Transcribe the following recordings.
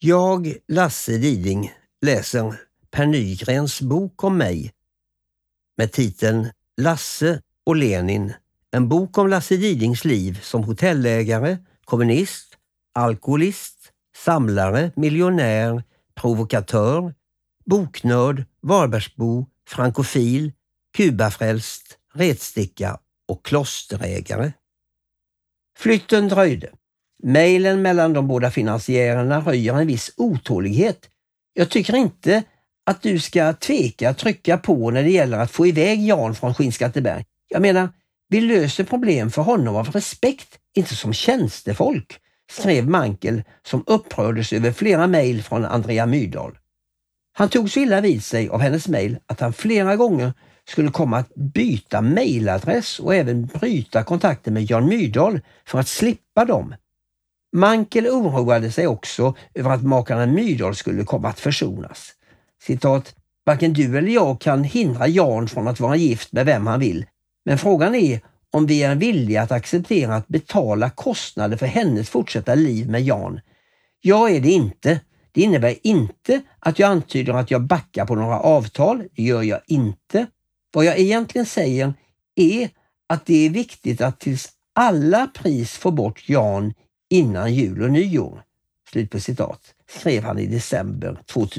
Jag, Lasse Diding, läser Per Nygrens bok om mig med titeln Lasse och Lenin. En bok om Lasse Didings liv som hotellägare, kommunist, alkoholist, samlare, miljonär, provokatör, boknörd, Varbergsbo, frankofil, kubafrälst, retsticka och klosterägare. Flytten dröjde. Mejlen mellan de båda finansiärerna röjer en viss otålighet. Jag tycker inte att du ska tveka att trycka på när det gäller att få iväg Jan från Skinnskatteberg. Jag menar, vi löser problem för honom av respekt, inte som tjänstefolk, skrev Mankel som upprördes över flera mejl från Andrea Myrdal. Han tog så illa vid sig av hennes mejl att han flera gånger skulle komma att byta mejladress och även bryta kontakten med Jan Myrdal för att slippa dem. Mankel oroade sig också över att makarna Myrdal skulle komma att försonas. Citat, varken du eller jag kan hindra Jan från att vara gift med vem han vill, men frågan är om vi är villiga att acceptera att betala kostnader för hennes fortsatta liv med Jan. Jag är det inte. Det innebär inte att jag antyder att jag backar på några avtal, det gör jag inte. Vad jag egentligen säger är att det är viktigt att tills alla pris få bort Jan innan jul och nyår. Slut på citat, skrev han i december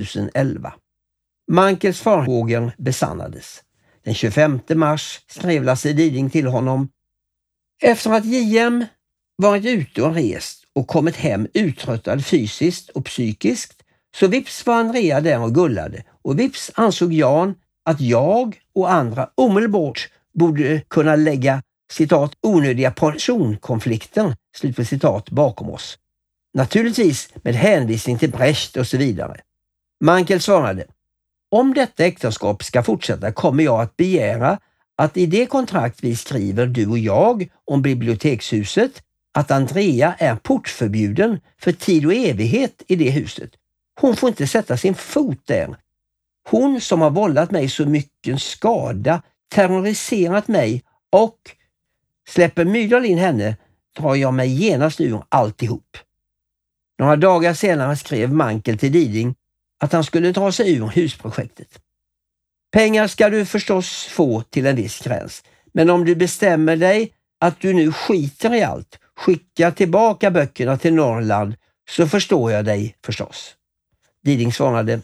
2011. Mankels farhågor besannades. Den 25 mars skrev Lasse Diding till honom: efter att JM varit ute och rest och kommit hem uttröttad fysiskt och psykiskt, så vips var Andrea där och gullade, och vips ansåg Jan att jag och andra omedelbart borde kunna lägga citat onödiga personkonflikter slut på citat bakom oss. Naturligtvis med hänvisning till Brecht och så vidare. Mankel svarade: om detta äktenskap ska fortsätta kommer jag att begära att i det kontrakt vi skriver du och jag om bibliotekshuset att Andrea är portförbjuden för tid och evighet i det huset. Hon får inte sätta sin fot där. Hon som har vållat mig så mycket skada, terroriserat mig och släpper Myrdal in henne drar jag mig genast ur alltihop. Några dagar senare skrev Mankel till Diding att han skulle dra sig ur husprojektet. Pengar ska du förstås få till en viss gräns, men om du bestämmer dig att du nu skiter i allt, skickar tillbaka böckerna till Norrland, så förstår jag dig förstås. Diding svarade: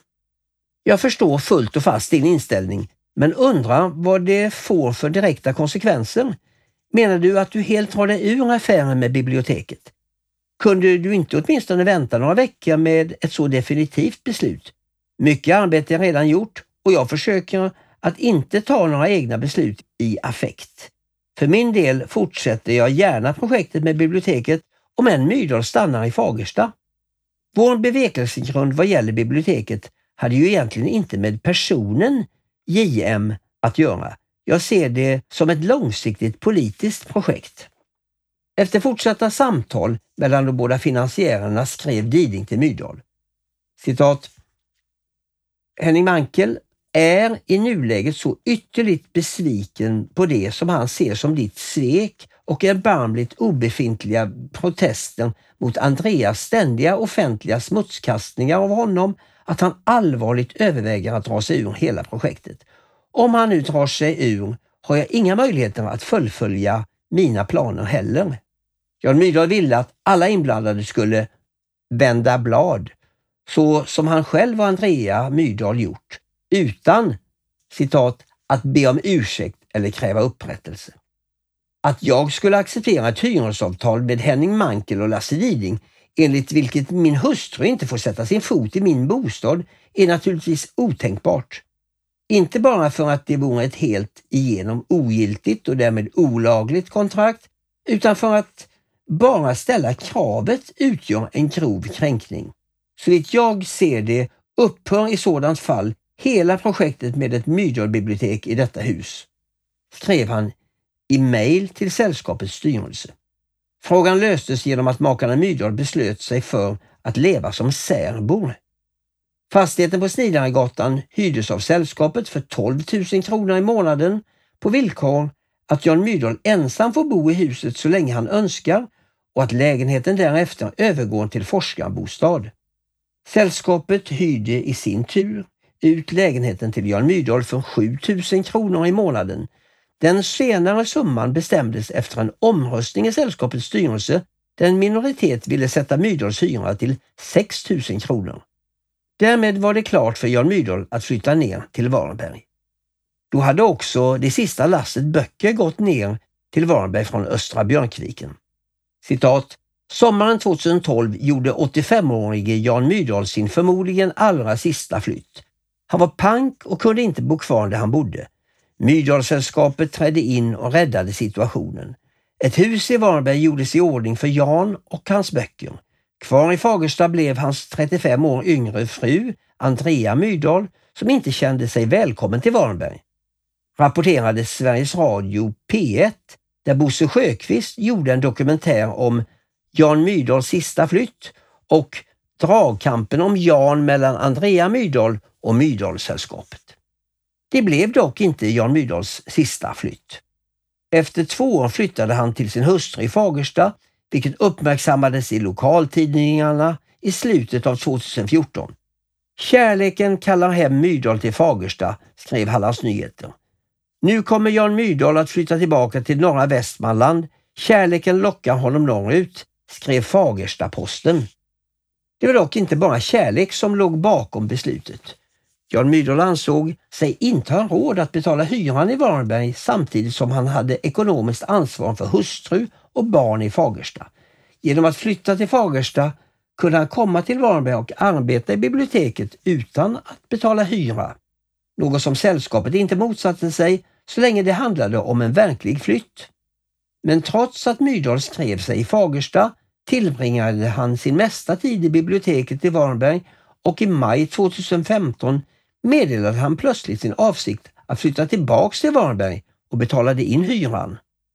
jag förstår fullt och fast din inställning, men undrar vad det får för direkta konsekvenser. Menar du att du helt tar dig ur affären med biblioteket? Kunde du inte åtminstone vänta några veckor med ett så definitivt beslut? Mycket arbete är redan gjort och jag försöker att inte ta några egna beslut i affekt. För min del fortsätter jag gärna projektet med biblioteket om en Myrdal stannar i Fagersta. Vår bevekelsegrund vad gäller biblioteket hade ju egentligen inte med personen JM att göra. Jag ser det som ett långsiktigt politiskt projekt. Efter fortsatta samtal mellan de båda finansiärerna skrev Diding till Myrdal. Citat: Henning Mankel är i nuläget så ytterligt besviken på det som han ser som ditt svek och erbarmligt obefintliga protester mot Andreas ständiga offentliga smutskastningar av honom att han allvarligt överväger att dra sig ur hela projektet. Om han nu drar sig ur har jag inga möjligheter att fullfölja mina planer heller. Jan Myrdal ville att alla inblandade skulle vända blad, så som han själv och Andrea Myrdal gjort, utan, citat, att be om ursäkt eller kräva upprättelse. Att jag skulle acceptera ett hyresavtal med Henning Mankel och Lasse Diding, enligt vilket min hustru inte får sätta sin fot i min bostad, är naturligtvis otänkbart. Inte bara för att det vore ett helt igenom ogiltigt och därmed olagligt kontrakt, utan för att bara ställa kravet utgör en grov kränkning. Så vitt jag ser det upphör i sådant fall hela projektet med ett Myrdal-bibliotek i detta hus, skrev han i mejl till sällskapets styrelse. Frågan löstes genom att makarna Myrdal beslöt sig för att leva som särbor. Fastigheten på Snidaregatan hyrdes av sällskapet för 12 000 kronor i månaden på villkor att Jan Myrdal ensam får bo i huset så länge han önskar och att lägenheten därefter övergår till forskarbostad. Sällskapet hyrde i sin tur ut lägenheten till Jan Myrdal för 7 000 kronor i månaden. Den senare summan bestämdes efter en omröstning i sällskapets styrelse där en minoritet ville sätta Myrdals hyra till 6 000 kronor. Därmed var det klart för Jan Myrdal att flytta ner till Varberg. Då hade också det sista lasset böcker gått ner till Varberg från Östra Björkviken. Citat: sommaren 2012 gjorde 85-årige Jan Myrdal sin förmodligen allra sista flytt. Han var pank och kunde inte bo kvar där han bodde. Myrdalsällskapet trädde in och räddade situationen. Ett hus i Varberg gjordes i ordning för Jan och hans böcker. Kvar i Fagersta blev hans 35 år yngre fru, Andrea Myrdal, som inte kände sig välkommen till Varberg. Rapporterade Sveriges Radio P1, där Bosse Sjöqvist gjorde en dokumentär om Jan Myrdals sista flytt och dragkampen om Jan mellan Andrea Myrdal och Myrdalsällskapet. Det blev dock inte Jan Myrdals sista flytt. Efter 2 år flyttade han till sin hustru i Fagersta, vilket uppmärksammades i lokaltidningarna i slutet av 2014. Kärleken kallar hem Myrdal till Fagersta, skrev Hallands Nyheter. Nu kommer Jan Myrdal att flytta tillbaka till norra Västmanland. Kärleken lockar honom norrut, skrev Fagersta-Posten. Det var dock inte bara kärlek som låg bakom beslutet. Jan Myrdal ansåg sig inte ha råd att betala hyran i Varberg samtidigt som han hade ekonomiskt ansvar för hustru och barn i Fagersta. Genom att flytta till Fagersta kunde han komma till Varberg och arbeta i biblioteket utan att betala hyra. Något som sällskapet inte motsatte sig så länge det handlade om en verklig flytt. Men trots att Myrdal skrev sig i Fagersta tillbringade han sin mesta tid i biblioteket i Varberg och i maj 2015 meddelade han plötsligt sin avsikt att flytta tillbaks till Varberg och betalade in hyran.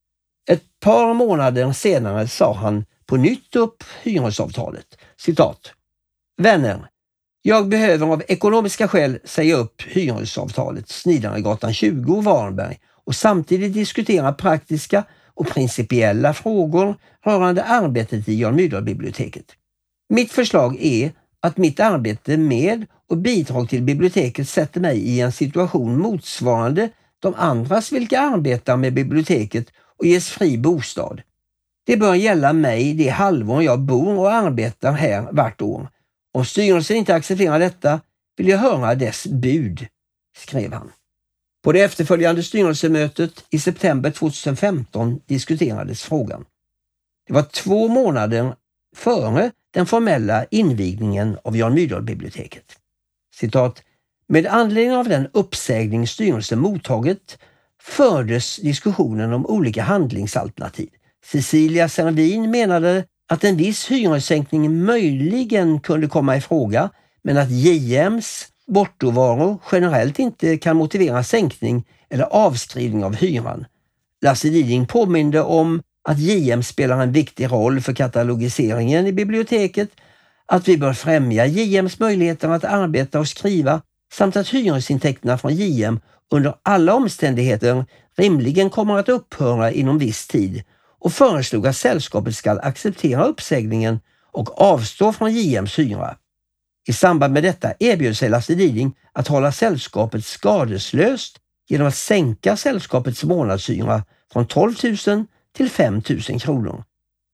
Ett par månader senare sa han på nytt upp hyresavtalet. Citat: vänner, jag behöver av ekonomiska skäl säga upp hyresavtalet Snidaregatan 20 Varberg och samtidigt diskutera praktiska och principiella frågor rörande arbetet i Jan Myrdal-biblioteket. Mitt förslag är att mitt arbete med och bidrag till biblioteket sätter mig i en situation motsvarande de andras vilka arbetar med biblioteket och ges fri bostad. Det bör gälla mig det halvår jag bor och arbetar här vart år. Om styrelsen inte accepterar detta vill jag höra dess bud, skrev han. På det efterföljande styrelsemötet i september 2015 diskuterades frågan. Det var 2 månader före den formella invigningen av Jan Myrdal-biblioteket. Citat: med anledning av den uppsägning styrelsen mottagit fördes diskussionen om olika handlingsalternativ. Cecilia Servin menade att en viss hyressänkning möjligen kunde komma i fråga, men att JMs bortovaro generellt inte kan motivera sänkning eller avskrivning av hyran. Lasse Diding påminde om att JM spelar en viktig roll för katalogiseringen i biblioteket, att vi bör främja JMs möjligheter att arbeta och skriva samt att hyresintäkterna från JM under alla omständigheter rimligen kommer att upphöra inom viss tid och föreslog att sällskapet ska acceptera uppsägningen och avstå från JMs hyra. I samband med detta erbjöd sig Lasse Diding att hålla sällskapet skadeslöst genom att sänka sällskapets månadshyra från 12 000 till 5 000 kronor.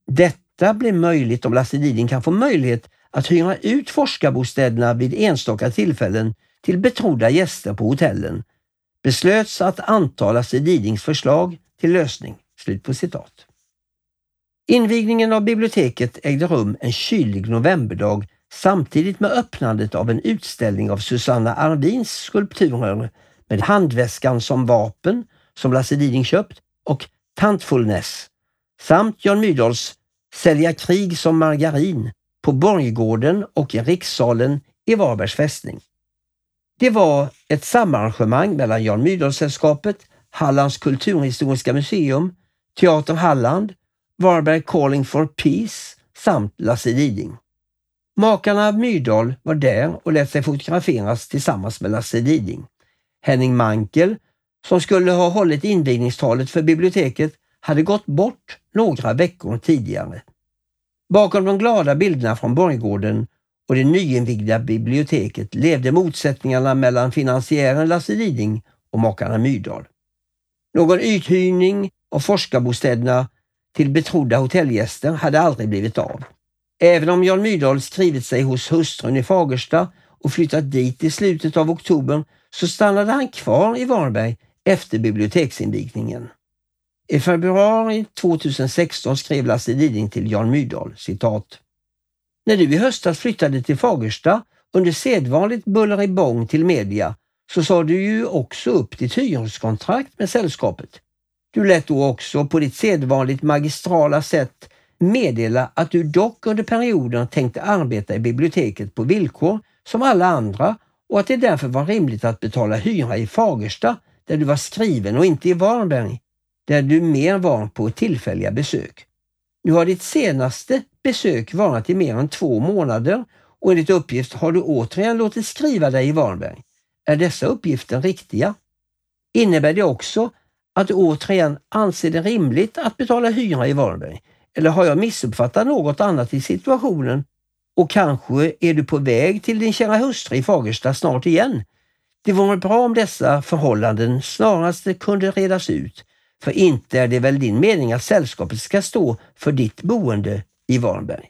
Detta blir möjligt om Lasse Diding kan få möjlighet att hyra ut forskarbostäderna vid enstaka tillfällen till betrodda gäster på hotellen. Beslöts att anta Lasse Didings förslag till lösning. Slut på citat. Invigningen av biblioteket ägde rum en kylig novemberdag samtidigt med öppnandet av en utställning av Susanna Arvins skulpturer med handväskan som vapen som Lasse Diding köpt och Tantfulness samt Jan Myrdals Sälja krig som margarin på Borggården och i rikssalen i Varbergs fästning. Det var ett samarrangemang mellan Jan Myrdal-sällskapet, Hallands kulturhistoriska museum, Teater Halland, Varberg Calling for Peace samt Lasse Diding. Makarna Myrdal var där och lät sig fotograferas tillsammans med Lasse Diding. Henning Mankel, som skulle ha hållit invigningstalet för biblioteket, hade gått bort några veckor tidigare. Bakom de glada bilderna från Borggården och det nyinvigda biblioteket levde motsättningarna mellan finansiären Lasse Liding och makarna Myrdal. Någon uthyrning av forskarbostäderna till betrodda hotellgäster hade aldrig blivit av. Även om Jan Myrdal skrivit sig hos hustrun i Fagersta och flyttat dit i slutet av oktober, så stannade han kvar i Varberg efter biblioteksinvigningen. I februari 2016 skrev Lasse Liding till Jan Myrdal, citat: "När du i höstas flyttade till Fagersta under sedvanligt buller i bång till media, så sa du ju också upp ditt hyreskontrakt med sällskapet. Du lät då också på ditt sedvanligt magistrala sätt meddela att du dock under perioden tänkte arbeta i biblioteket på villkor som alla andra och att det därför var rimligt att betala hyra i Fagersta där du var skriven och inte i Varberg där du mer var på tillfälliga besök. Nu har ditt senaste besök varit i mer än 2 månader och enligt uppgift har du återigen låtit skriva dig i Varberg. Är dessa uppgifter riktiga? Innebär det också att du återigen anser det rimligt att betala hyra i Varberg? Eller har jag missuppfattat något annat i situationen och kanske är du på väg till din kära hustru i Fagersta snart igen? Det vore bra om dessa förhållanden snarast kunde redas ut, för inte är det väl din mening att sällskapet ska stå för ditt boende i Varberg."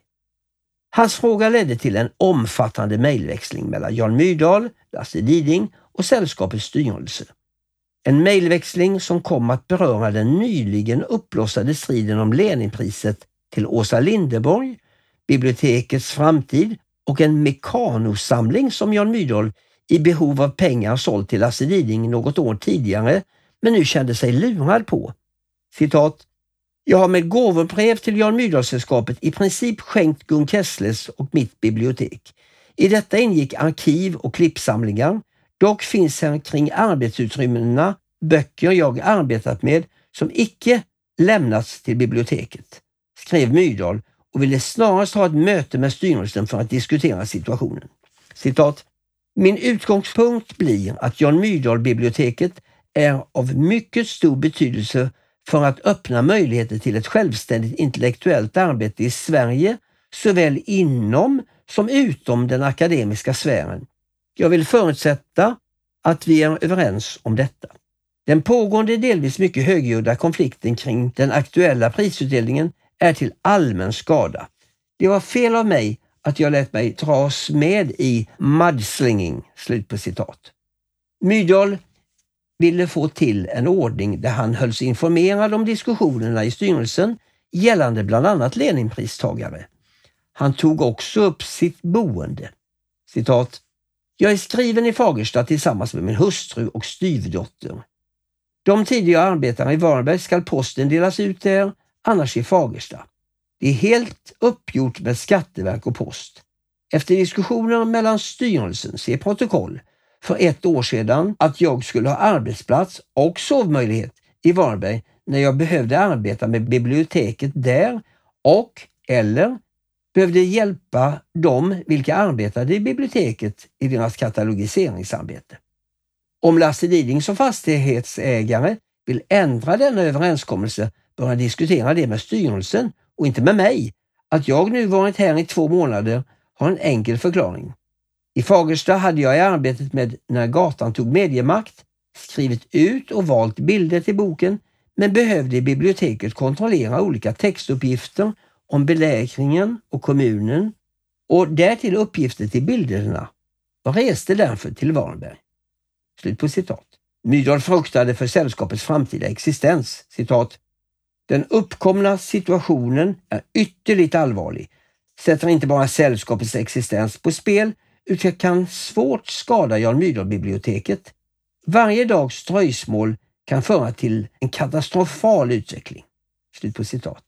Hans fråga ledde till en omfattande mejlväxling mellan Jan Myrdal, Lasse Liding och sällskapets styrelse. En mejlväxling som kom att beröra den nyligen uppblossade striden om Leninpriset till Åsa Linderborg, bibliotekets framtid och en mekanosamling som Jan Myrdal i behov av pengar sålt till Lasse Liding något år tidigare men nu kände sig lurad på. Citat: "Jag har med gåvobrev till Jan Myrdalsällskapet i princip skänkt Gun Kessles och mitt bibliotek. I detta ingick arkiv och klippsamlingar. Dock finns här kring arbetsutrymmena böcker jag arbetat med som icke lämnats till biblioteket", skrev Myrdal och ville snarast ha ett möte med styrelsen för att diskutera situationen. Citat: "Min utgångspunkt blir att Jan Myrdal-biblioteket är av mycket stor betydelse för att öppna möjligheter till ett självständigt intellektuellt arbete i Sverige, såväl inom som utom den akademiska sfären. Jag vill förutsätta att vi är överens om detta. Den pågående delvis mycket högljudda konflikten kring den aktuella prisutdelningen är till allmän skada. Det var fel av mig att jag lät mig dras med i mudslinging." Slut på citat. Myrdal ville få till en ordning där han hölls informerad om diskussionerna i styrelsen gällande bland annat Leninpristagare. Han tog också upp sitt boende. Citat: "Jag är skriven i Fagersta tillsammans med min hustru och styvdotter. De tider jag arbetar i Varberg ska posten delas ut där, annars i Fagersta. Det är helt uppgjort med Skatteverk och post. Efter diskussioner mellan styrelsen, se protokoll, för 1 år sedan att jag skulle ha arbetsplats och sovmöjlighet i Varberg när jag behövde arbeta med biblioteket där och eller behövde hjälpa dem vilka arbetade i biblioteket i deras katalogiseringsarbete. Om Lasse Liding som fastighetsägare vill ändra denna överenskommelse bör han diskutera det med styrelsen och inte med mig. Att jag nu varit här i 2 månader har en enkel förklaring. I Fagersta hade jag i arbetet med När gatan tog mediemakt skrivit ut och valt bilder till boken, men behövde i biblioteket kontrollera olika textuppgifter om belägringen och kommunen och därtill uppgifter till bilderna och reste därför till Varberg." Slut på citat. Myrdal fruktade för sällskapets framtida existens. Citat: "Den uppkomna situationen är ytterligt allvarlig. Sätter inte bara sällskapets existens på spel utan kan svårt skada Jan Myrdal-biblioteket. Varje dags dröjsmål kan föra till en katastrofal utveckling." Slut på citat.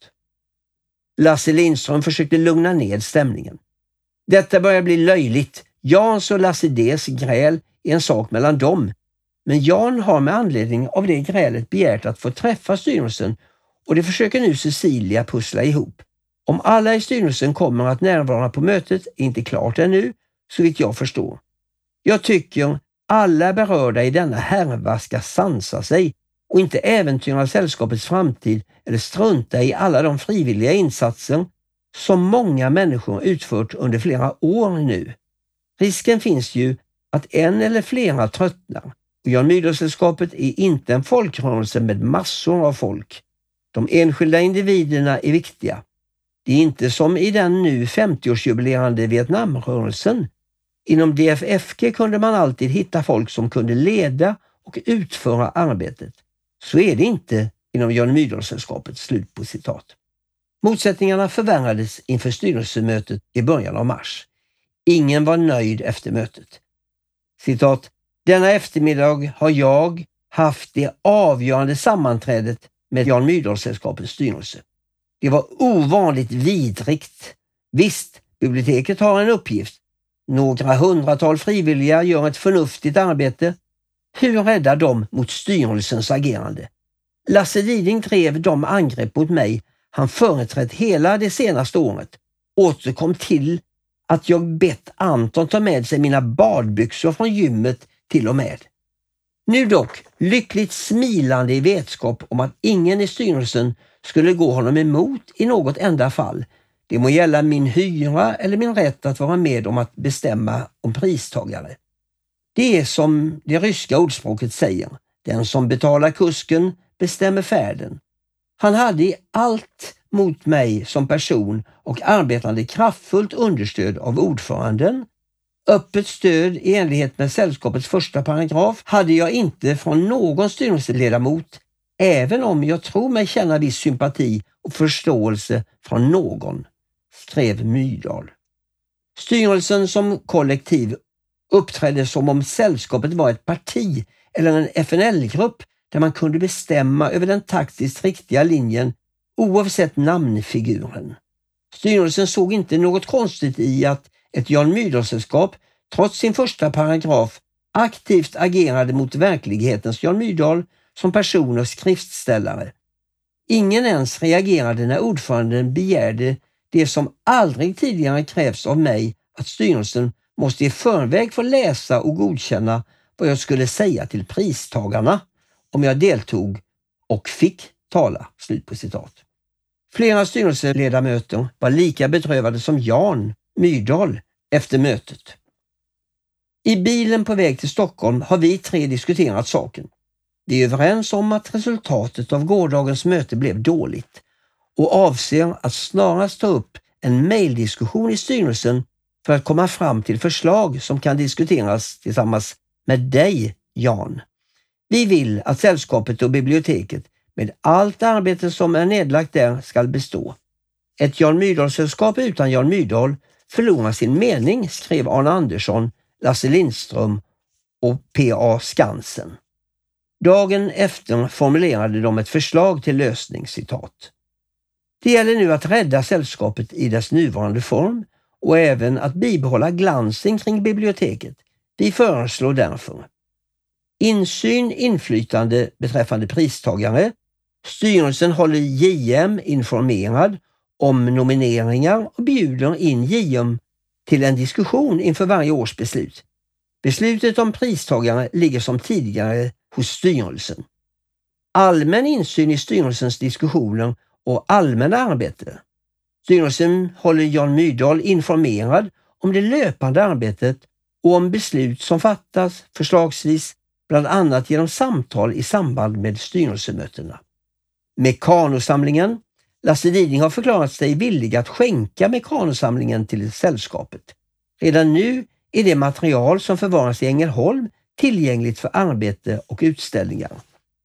Lasse Lindström försökte lugna ned stämningen. "Detta börjar bli löjligt. Jans och Lasse Ds gräl är en sak mellan dem. Men Jan har med anledning av det grälet begärt att få träffa styrelsen och det försöker nu Cecilia pussla ihop. Om alla i styrelsen kommer att närvara på mötet är inte klart ännu, så vitt jag förstår. Jag tycker alla berörda i denna härva ska sansa sig och inte äventyra sällskapets framtid eller strunta i alla de frivilliga insatser som många människor utfört under flera år nu. Risken finns ju att en eller flera tröttnar. Jan Myrdal-sällskapet är inte en folkrörelse med massor av folk. De enskilda individerna är viktiga. Det är inte som i den nu 50-årsjubilerande Vietnamrörelsen. Inom DFFG kunde man alltid hitta folk som kunde leda och utföra arbetet. Så är det inte inom Jan Myrdal-sällskapet." Slut på citat. Motsättningarna förvärrades inför styrelsemötet i början av mars. Ingen var nöjd efter mötet. Citat: "Denna eftermiddag har jag haft det avgörande sammanträdet med Jan Myrdal-sällskapets styrelse. Det var ovanligt vidrigt. Visst, biblioteket har en uppgift. Några hundratal frivilliga gör ett förnuftigt arbete. Hur räddar de mot styrelsens agerande? Lasse Diding drev de angrepp mot mig han företrätt hela det senaste året. Återkom till att jag bett Anton ta med sig mina badbyxor från gymmet till och med. Nu dock lyckligt smilande i vetskap om att ingen i styrelsen skulle gå honom emot i något enda fall. Det må gälla min hyra eller min rätt att vara med om att bestämma om pristagare. Det är som det ryska ordspråket säger: den som betalar kusken bestämmer färden. Han hade i allt mot mig som person och arbetande kraftfullt understöd av ordföranden. Öppet stöd i enlighet med sällskapets första paragraf hade jag inte från någon styrelseledamot, även om jag tror mig känna viss sympati och förståelse från någon", skrev Myrdal. Styrelsen som kollektiv uppträdde som om sällskapet var ett parti eller en FNL-grupp där man kunde bestämma över den taktiskt riktiga linjen oavsett namnfiguren. Styrelsen såg inte något konstigt i att ett Jan Myrdal-sällskap trots sin första paragraf aktivt agerade mot verklighetens Jan Myrdal som person och skriftställare. Ingen ens reagerade när ordföranden begärde det som aldrig tidigare krävs av mig, att styrelsen måste i förväg få läsa och godkänna vad jag skulle säga till pristagarna om jag deltog och fick tala." Slut på citat. Flera styrelseledamöter var lika bedrövade som Jan Myrdal efter mötet. "I bilen på väg till Stockholm har vi 3 diskuterat saken. Vi är överens om att resultatet av gårdagens möte blev dåligt och avser att snarast ta upp en mejldiskussion i styrelsen för att komma fram till förslag som kan diskuteras tillsammans med dig, Jan. Vi vill att sällskapet och biblioteket med allt arbete som är nedlagt där ska bestå. Ett Jan Myrdal-sällskap utan Jan Myrdal förlorar sin mening", skrev Arne Andersson, Lasse Lindström och P.A. Skansen. Dagen efter formulerade de ett förslag till lösning, citat: "Det gäller nu att rädda sällskapet i dess nuvarande form och även att bibehålla glansen kring biblioteket. Vi föreslår därför insyn, inflytande beträffande pristagare. Styrelsen håller JM informerad om nomineringar och bjuder in JM till en diskussion inför varje års beslut. Beslutet om pristagare ligger som tidigare hos styrelsen. Allmän insyn i styrelsens diskussioner och allmänna arbete. Styrelsen håller Jan Myrdal informerad om det löpande arbetet och om beslut som fattas, förslagsvis bland annat genom samtal i samband med styrelsemötena. Mekanosamlingen. Lasse Diding har förklarat sig villig att skänka Mekanosamlingen till sällskapet. Redan nu är det material som förvaras i Ängelholm tillgängligt för arbete och utställningar.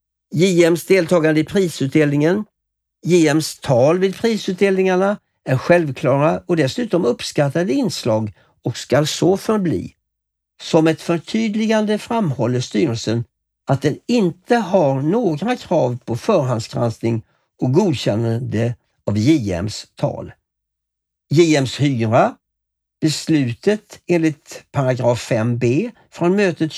JMs deltagande i prisutdelningen. JMs tal vid prisutdelningarna är självklara och dessutom uppskattade inslag och ska så förbli. Som ett förtydligande framhåller styrelsen att den inte har några krav på förhandsgranskning och godkännande av JMs tal. JMs hyra. Beslutet enligt paragraf 5b från mötet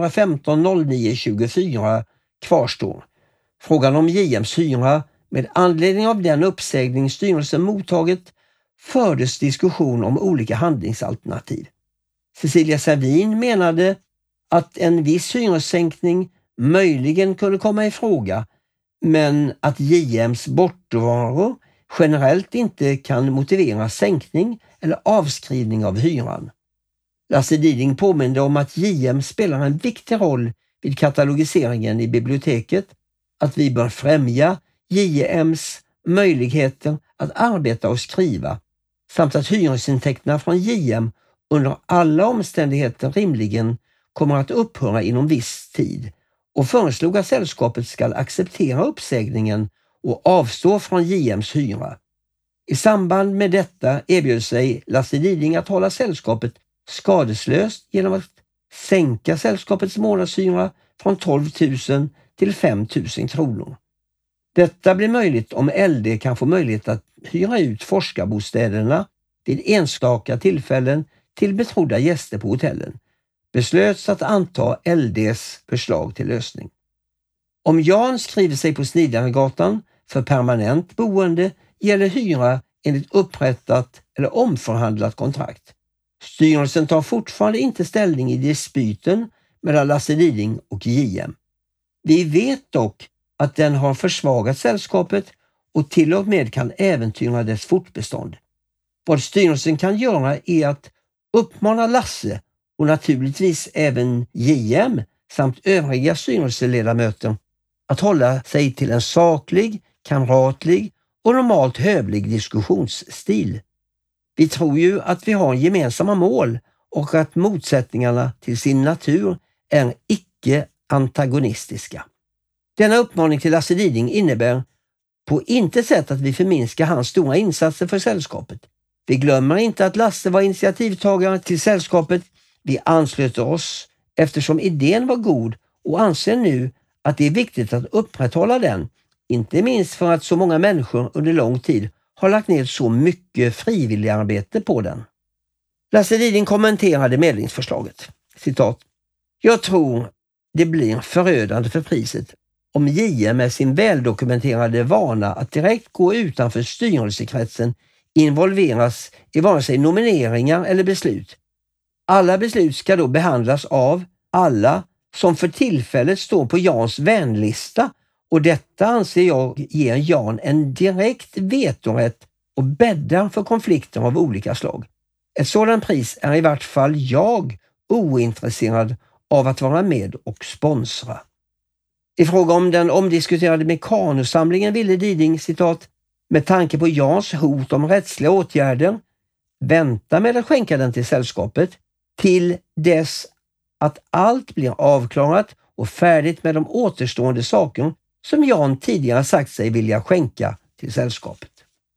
2015-09-24 kvarstår. Frågan om JMs hyra med anledning av den uppsägning styrelsen mottagit fördes diskussion om olika handlingsalternativ. Cecilia Servin menade att en viss hyressänkning möjligen kunde komma i fråga, men att JMs bortovaro generellt inte kan motivera sänkning eller avskrivning av hyran. Lasse Diding påminde om att JM spelar en viktig roll vid katalogiseringen i biblioteket, att vi bör främja JMs möjligheter att arbeta och skriva, samt att hyresintäkterna från JM under alla omständigheter rimligen kommer att upphöra inom viss tid, och föreslog att sällskapet ska acceptera uppsägningen och avstå från JMs hyra. I samband med detta erbjöd sig Lasse Diding att hålla sällskapet skadeslöst genom att sänka sällskapets månadshyra från 12 000 till 5 000 kronor. Detta blir möjligt om LD kan få möjlighet att hyra ut forskarbostäderna vid enstaka tillfällen till betrodda gäster på hotellen. Beslöts att anta LDs förslag till lösning. Om Jan skriver sig på Snidaregatan för permanent boende gäller hyra enligt upprättat eller omförhandlat kontrakt. Styrelsen tar fortfarande inte ställning i dispyten mellan Lasse Diding och JM. Vi vet dock att den har försvagat sällskapet och till och med kan äventyra dess fortbestånd. Vad styrelsen kan göra är att uppmana Lasse och naturligtvis även JM samt övriga styrelseledamöter att hålla sig till en saklig, kamratlig och normalt hövlig diskussionsstil. Vi tror ju att vi har gemensamma mål och att motsättningarna till sin natur är icke-antagonistiska. Denna uppmaning till Lasse Diding innebär på intet sätt att vi förminskar hans stora insatser för sällskapet. Vi glömmer inte att Lasse var initiativtagare till sällskapet. Vi anslöt oss eftersom idén var god och anser nu att det är viktigt att upprätthålla den, inte minst för att så många människor under lång tid har lagt ner så mycket frivilligarbete på den. Lasse Diding kommenterade medlingsförslaget. Citat: Jag tror det blir förödande för priset om JM med sin väldokumenterade vana att direkt gå utanför styrelsekretsen involveras i vare sig nomineringar eller beslut. Alla beslut ska då behandlas av alla som för tillfället står på Jans vänlista, och detta anser jag ger Jan en direkt vetorätt och bäddar för konflikter av olika slag. Ett sådant pris är i vart fall jag ointresserad av att vara med och sponsra. I fråga om den omdiskuterade Mekano-samlingen ville Diding, citat, med tanke på Jans hot om rättsliga åtgärder vänta med att skänka den till sällskapet till dess att allt blir avklarat och färdigt med de återstående saker som Jan tidigare sagt sig vilja skänka till sällskapet.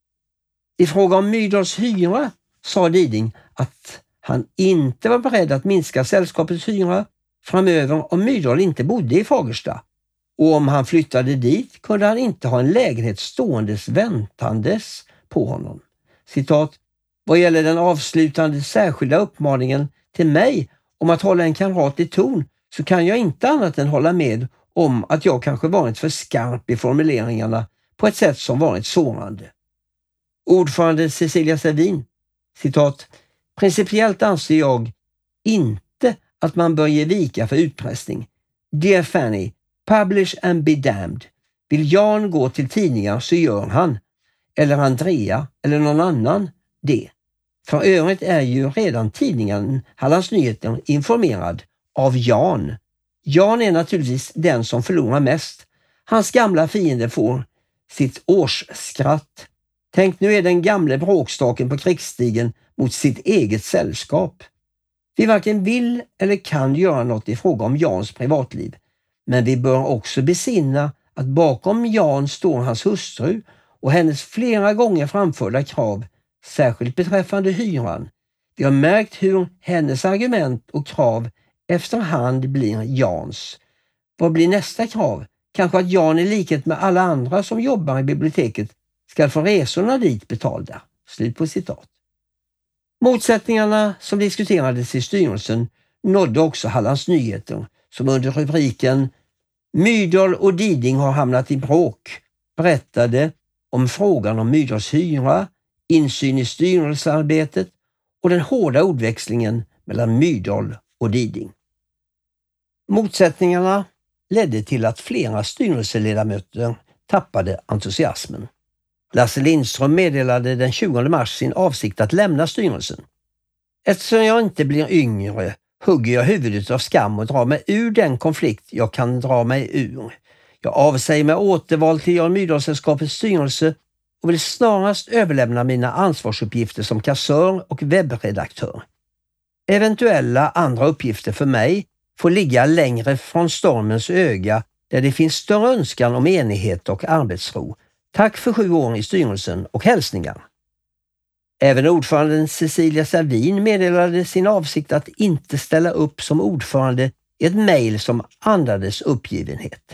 I fråga om Myrdals hyra sa Diding att han inte var beredd att minska sällskapets hyra framöver om Myrdal inte bodde i Fagersta, och om han flyttade dit kunde han inte ha en lägenhet ståendes väntandes på honom. Citat: Vad gäller den avslutande särskilda uppmaningen till mig om att hålla en kamratlig ton så kan jag inte annat än hålla med om att jag kanske varit för skarp i formuleringarna på ett sätt som varit sårande. Ordförande Cecilia Servin, citat: Principiellt anser jag inte att man bör ge vika för utpressning. Dear Fanny, publish and be damned. Vill Jan gå till tidningar så gör han, eller Andrea eller någon annan det. För övrigt är ju redan tidningen Hallands Nyheter informerad av Jan. Jan är naturligtvis den som förlorar mest. Hans gamla fiende får sitt årsskratt. Tänk, nu är den gamle bråkstaken på krigsstigen mot sitt eget sällskap. Vi varken vill eller kan göra något i fråga om Jans privatliv. Men vi bör också besinna att bakom Jan står hans hustru och hennes flera gånger framförda krav, särskilt beträffande hyran. Vi har märkt hur hennes argument och krav efterhand blir Jans. Vad blir nästa krav? Kanske att Jan i likhet med alla andra som jobbar i biblioteket ska få resorna dit betalda. Slut på citat. Motsättningarna som diskuterades i styrelsen nådde också Hallands Nyheter, som under rubriken Myrdal och Diding har hamnat i bråk berättade om frågan om Myrdals hyra, insyn i styrelsearbetet och den hårda ordväxlingen mellan Myrdal och Diding. Motsättningarna ledde till att flera styrelseledamöter tappade entusiasmen. Lasse Lindström meddelade den 20 mars sin avsikt att lämna styrelsen. Eftersom jag inte blir yngre hugger jag huvudet av skam och drar mig ur den konflikt jag kan dra mig ur. Jag avsäger mig återval till Jan Myrdal-sällskapets styrelse och vill snarast överlämna mina ansvarsuppgifter som kassör och webbredaktör. Eventuella andra uppgifter för mig får ligga längre från stormens öga där det finns större önskan om enighet och arbetsro. Tack för 7 år i styrelsen och hälsningar. Även ordföranden Cecilia Servin meddelade sin avsikt att inte ställa upp som ordförande i ett mejl som andades uppgivenhet.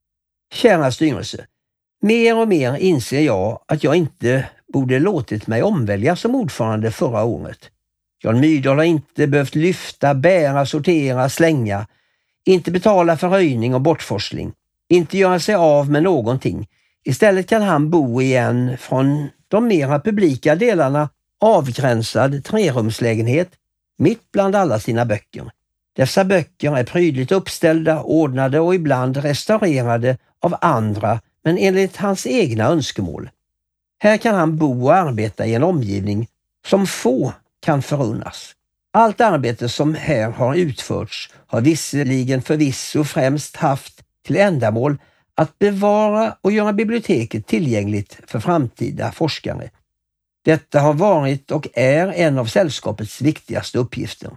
Kära styrelse, mer och mer inser jag att jag inte borde låtit mig omväljas som ordförande förra året. Jan Myrdal har inte behövt lyfta, bära, sortera, slänga, inte betala för höjning och bortforsling, inte göra sig av med någonting. Istället kan han bo i en från de mera publika delarna avgränsad 3-rumslägenhet mitt bland alla sina böcker. Dessa böcker är prydligt uppställda, ordnade och ibland restaurerade av andra, men enligt hans egna önskemål. Här kan han bo och arbeta i en omgivning som få kan förunnas. Allt arbete som här har utförts har visserligen förvisso främst haft till ändamål att bevara och göra biblioteket tillgängligt för framtida forskare. Detta har varit och är en av sällskapets viktigaste uppgifter.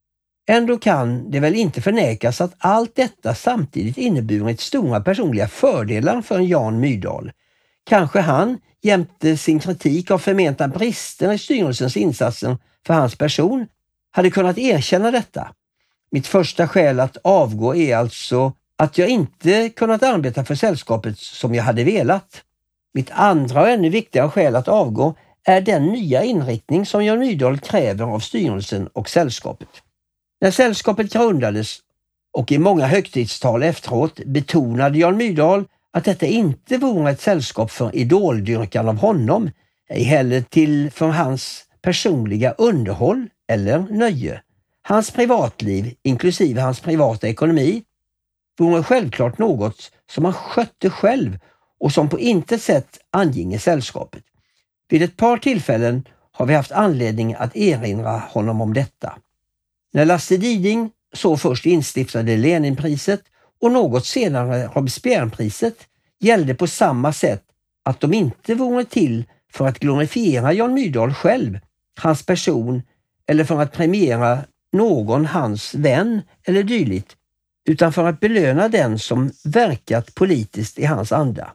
Ändå kan det väl inte förnekas att allt detta samtidigt inneburit stora personliga fördelar för Jan Myrdal. Kanske han, jämte sin kritik av förmenta brister i styrelsens insatser för hans person, hade kunnat erkänna detta. Mitt första skäl att avgå är alltså att jag inte kunnat arbeta för sällskapet som jag hade velat. Mitt andra och ännu viktigare skäl att avgå är den nya inriktning som Jan Myrdal kräver av styrelsen och sällskapet. När sällskapet grundades och i många högtidstal efteråt betonade Jan Myrdal att detta inte vore ett sällskap för idoldyrkan av honom, ej heller till för hans personliga underhåll eller nöje. Hans privatliv, inklusive hans privata ekonomi, vore självklart något som han skötte själv och som på intet sätt anginge sällskapet. Vid ett par tillfällen har vi haft anledning att erinra honom om detta. När Lasse Diding så först instiftade Leninpriset och något senare Robespierrepriset gällde på samma sätt att de inte vore till för att glorifiera Jan Myrdal själv, hans person eller för att premiera någon hans vän eller dylikt, utan för att belöna den som verkat politiskt i hans anda.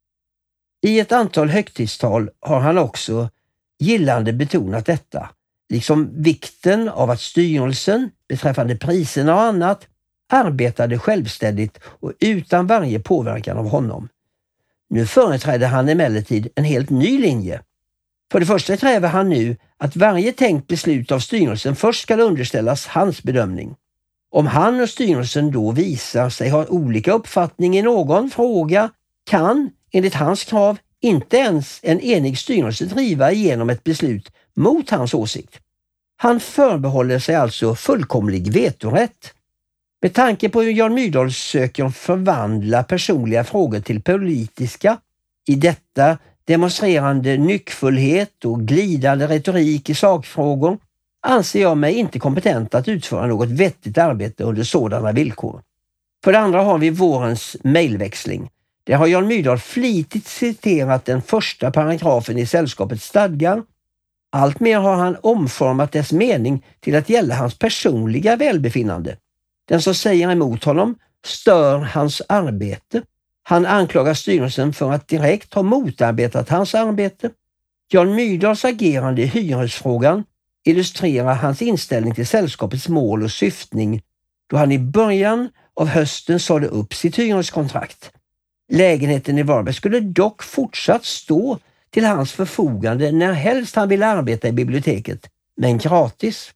I ett antal högtidstal har han också gillande betonat detta, liksom vikten av att styrelsen beträffande priserna och annat arbetade självständigt och utan varje påverkan av honom. Nu företräder han emellertid en helt ny linje. För det första kräver han nu att varje tänkt beslut av styrelsen först ska underställas hans bedömning. Om han och styrelsen då visar sig ha olika uppfattning i någon fråga kan, enligt hans krav, inte ens en enig styrelse driva igenom ett beslut mot hans åsikt. Han förbehåller sig alltså fullkomlig vetorätt. Med tanke på hur Jan Myrdal söker förvandla personliga frågor till politiska, i detta demonstrerande nyckfullhet och glidande retorik i sakfrågor, anser jag mig inte kompetent att utföra något vettigt arbete under sådana villkor. För det andra har vi vårens mejlväxling. Där har Jan Myrdal flitigt citerat den första paragrafen i sällskapets stadgar. Alltmer har han omformat dess mening till att gälla hans personliga välbefinnande. Den som säger emot honom stör hans arbete. Han anklagar styrelsen för att direkt ha motarbetat hans arbete. Jan Myrdals agerande i hyresfrågan illustrerar hans inställning till sällskapets mål och syftning då han i början av hösten sade upp sitt hyreskontrakt. Lägenheten i Varberg skulle dock fortsatt stå till hans förfogande när helst han ville arbeta i biblioteket, men gratis.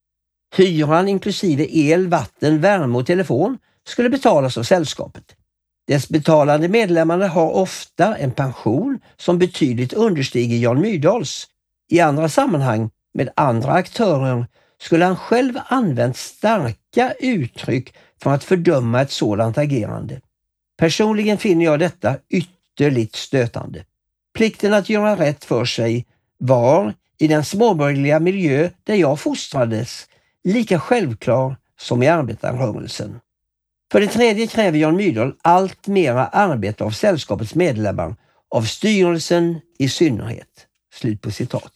Hyran inklusive el, vatten, värme och telefon skulle betalas av sällskapet. Dess betalande medlemmarna har ofta en pension som betydligt understiger Jan Myrdals. I andra sammanhang med andra aktörer skulle han själv använt starka uttryck för att fördöma ett sådant agerande. Personligen finner jag detta ytterligt stötande. Plikten att göra rätt för sig var, i den småborgerliga miljö där jag fostrades, lika självklar som i arbetarrörelsen. För det tredje kräver Jan Myrdal allt mera arbete av sällskapets medlemmar, av styrelsen i synnerhet." Slut på citat.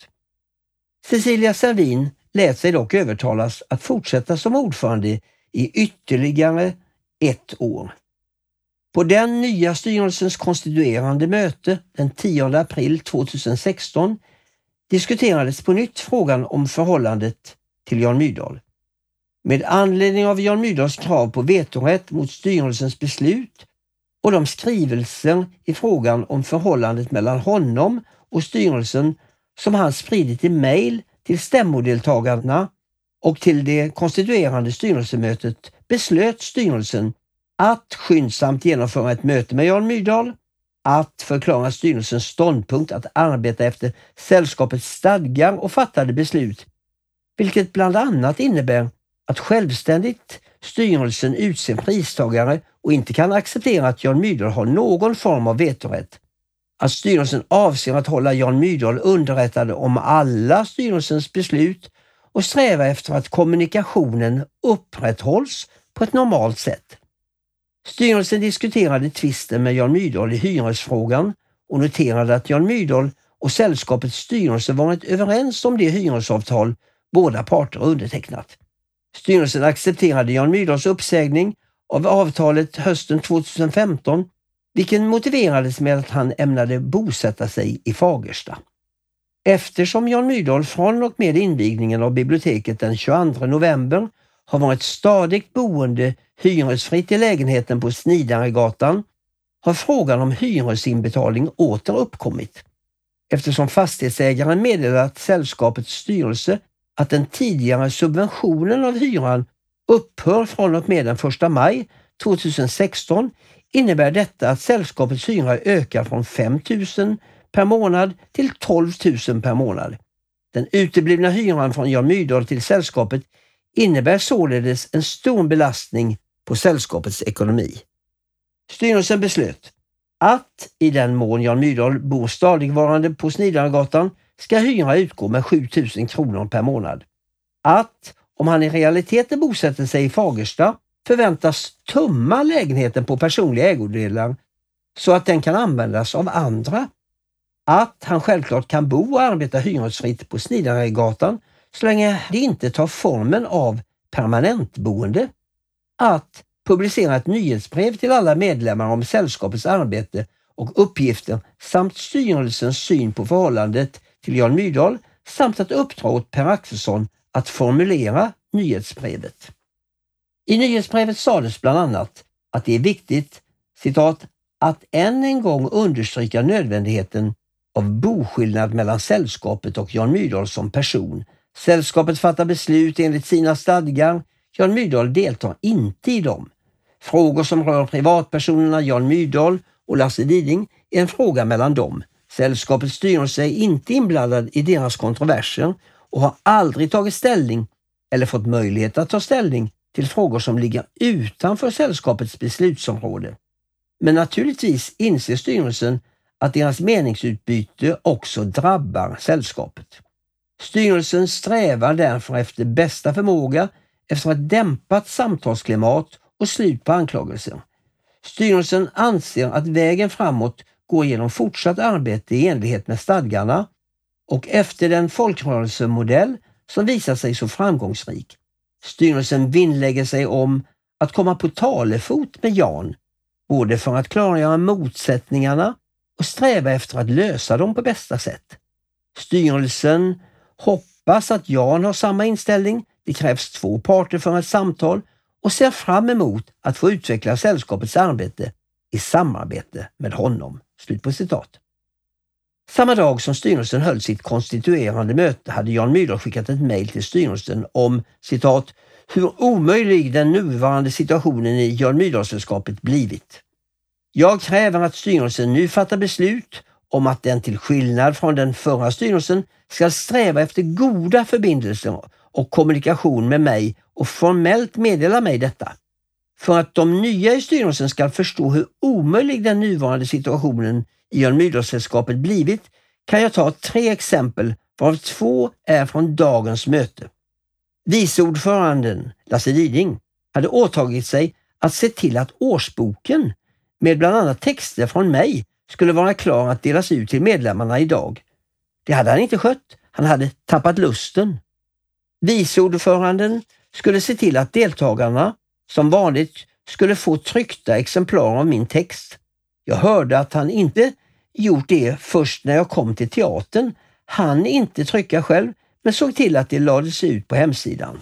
Cecilia Sardin lät sig dock övertalas att fortsätta som ordförande i ytterligare 1 år. På den nya styrelsens konstituerande möte den 10 april 2016 diskuterades på nytt frågan om förhållandet till Jan Myrdal. Med anledning av Jan Myrdals krav på vetorätt mot styrelsens beslut och de skrivelser i frågan om förhållandet mellan honom och styrelsen som han spridit i mejl till stämmodeltagarna och till det konstituerande styrelsemötet, beslöt styrelsen att skyndsamt genomföra ett möte med Jan Myrdal, att förklara styrelsens ståndpunkt att arbeta efter sällskapets stadgar och fattade beslut, vilket bland annat innebär att självständigt styrelsen utser pristagare och inte kan acceptera att Jan Myrdal har någon form av vetorätt. Att styrelsen avser att hålla Jan Myrdal underrättad om alla styrelsens beslut och sträva efter att kommunikationen upprätthålls på ett normalt sätt. Styrelsen diskuterade tvisten med Jan Myrdal i hyresfrågan och noterade att Jan Myrdal och sällskapets styrelse varit överens om det hyresavtal båda parter undertecknat. Styrelsen accepterade Jan Myrdals uppsägning av avtalet hösten 2015, vilken motiverades med att han ämnade bosätta sig i Fagersta. Eftersom Jan Myrdal från och med invigningen av biblioteket den 22 november har varit stadigt boende hyresfritt i lägenheten på Snidaregatan, har frågan om hyresinbetalning åter uppkommit. Eftersom fastighetsägaren meddelat sällskapets styrelse att den tidigare subventionen av hyran upphör från och med den 1 maj 2016 innebär detta att sällskapets hyra ökar från 5 000 per månad till 12 000 per månad. Den uteblivna hyran från Jan Myrdal till sällskapet innebär således en stor belastning på sällskapets ekonomi. Styrelsen beslöt att i den mån Jan Myrdal bor stadigvarande på Snidaregatan ska hyra utgå med 7 000 kronor per månad. Att om han i realiteten bosätter sig i Fagersta förväntas tumma lägenheten på personliga ägodelar så att den kan användas av andra. Att han självklart kan bo och arbeta hyresfritt på Snidaregatan så länge det inte tar formen av permanentboende. Att publicera ett nyhetsbrev till alla medlemmar om sällskapets arbete och uppgifter samt styrelsens syn på förhållandet till Jan Myrdal samt att uppdra åt Per Axelsson att formulera nyhetsbrevet. I nyhetsbrevet sades bland annat att det är viktigt, citat, att än en gång understryka nödvändigheten av boskillnad mellan sällskapet och Jan Myrdal som person. Sällskapet fattar beslut enligt sina stadgar. Jan Myrdal deltar inte i dem. Frågor som rör privatpersonerna Jan Myrdal och Lasse Diding är en fråga mellan dem. Sällskapets styrelse är inte inblandad i deras kontroverser och har aldrig tagit ställning eller fått möjlighet att ta ställning till frågor som ligger utanför sällskapets beslutsområde. Men naturligtvis inser styrelsen att deras meningsutbyte också drabbar sällskapet. Styrelsen strävar därför efter bästa förmåga efter ett dämpat samtalsklimat och slut på anklagelser. Styrelsen anser att vägen framåt går genom fortsatt arbete i enlighet med stadgarna och efter den folkrörelsemodell som visar sig så framgångsrik. Styrelsen vinnlägger sig om att komma på talefot med Jan, både för att klargöra motsättningarna och sträva efter att lösa dem på bästa sätt. Styrelsen hoppas att Jan har samma inställning. Det krävs 2 parter för ett samtal och ser fram emot att få utveckla sällskapets arbete i samarbete med honom. Slut på citat. Samma dag som styrelsen höll sitt konstituerande möte hade Jan Myrdal skickat ett mejl till styrelsen om, citat, hur omöjlig den nuvarande situationen i Jan Myrdalsällskapet blivit. Jag kräver att styrelsen nu fattar beslut om att den till skillnad från den förra styrelsen ska sträva efter goda förbindelser och kommunikation med mig och formellt meddela mig detta. För att de nya i styrelsen ska förstå hur omöjlig den nuvarande situationen i Jan Myrdal-sällskapet blivit kan jag ta 3 exempel, varav 2 är från dagens möte. Viceordföranden Lasse Liding hade åtagit sig att se till att årsboken med bland annat texter från mig skulle vara klar att delas ut till medlemmarna idag. Det hade han inte skött. Han hade tappat lusten. Viceordföranden skulle se till att deltagarna som vanligt skulle få tryckta exemplar av min text. Jag hörde att han inte gjort det först när jag kom till teatern. Han inte trycka själv, men såg till att det lades ut på hemsidan.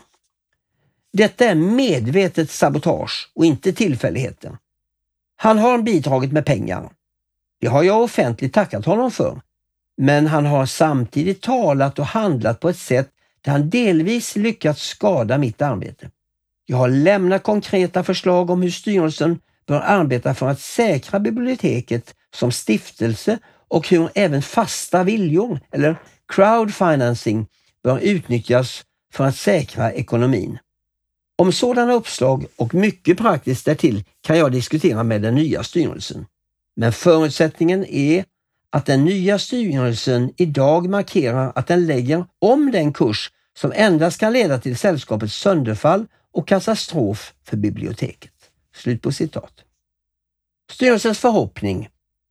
Detta är medvetet sabotage och inte tillfälligheter. Han har bidragit med pengar. Det har jag offentligt tackat honom för. Men han har samtidigt talat och handlat på ett sätt där han delvis lyckats skada mitt arbete. Jag har lämnat konkreta förslag om hur styrelsen bör arbeta för att säkra biblioteket som stiftelse och hur även fasta viljor eller crowdfinancing bör utnyttjas för att säkra ekonomin. Om sådana uppslag och mycket praktiskt därtill kan jag diskutera med den nya styrelsen. Men förutsättningen är att den nya styrelsen idag markerar att den lägger om den kurs som endast kan leda till sällskapets sönderfall och katastrof för biblioteket. Slut på citat. Styrelsens förhoppning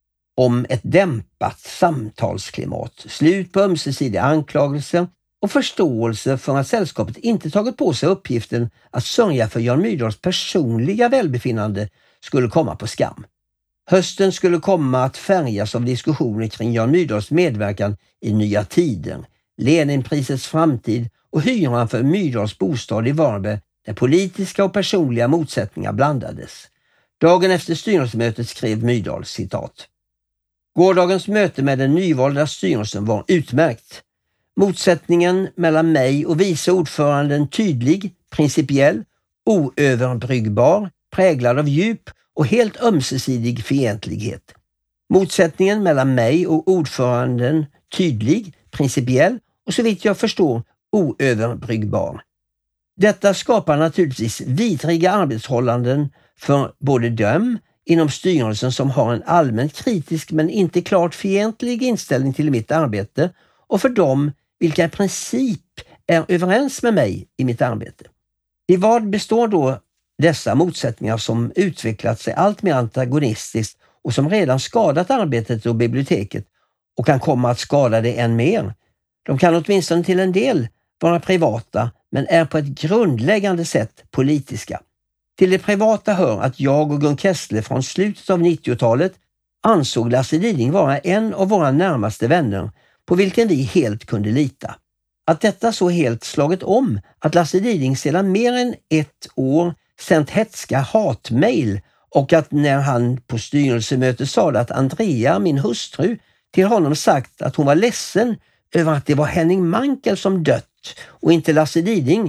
om ett dämpat samtalsklimat, slut på ömsesidiga anklagelser och förståelse för att sällskapet inte tagit på sig uppgiften att sörja för Jan Myrdals personliga välbefinnande skulle komma på skam. Hösten skulle komma att färgas av diskussioner kring Jan Myrdals medverkan i Nya Tider, Leninprisets framtid och hyran för Myrdals bostad i Varberg, där politiska och personliga motsättningar blandades. Dagen efter styrelsemötet skrev Myrdal, citat: "Gårdagens möte med den nyvalda styrelsen var utmärkt. Motsättningen mellan mig och vice ordföranden tydlig, principiell, oöverbryggbar, präglad av djup och helt ömsesidig fientlighet. Motsättningen mellan mig och ordföranden tydlig, principiell och så vitt jag förstår oöverbryggbar. Detta skapar naturligtvis vidriga arbetsförhållanden för både dem inom styrelsen som har en allmänt kritisk men inte klart fientlig inställning till mitt arbete och för dem vilka i princip är överens med mig i mitt arbete. I vad består då dessa motsättningar som utvecklat sig allt mer antagonistiskt och som redan skadat arbetet och biblioteket och kan komma att skada det än mer? De kan åtminstone till en del vara privata men är på ett grundläggande sätt politiska. Till det privata hör att jag och Gun Kessler från slutet av 90-talet ansåg Lasse Liding vara en av våra närmaste vänner på vilken vi helt kunde lita. Att detta så helt slagit om att Lasse Liding sedan mer än 1 år sänt hetska hatmejl och att när han på styrelsemötet sa att Andrea, min hustru, till honom sagt att hon var ledsen över att det var Henning Mankell som dött och inte Lasse Liding.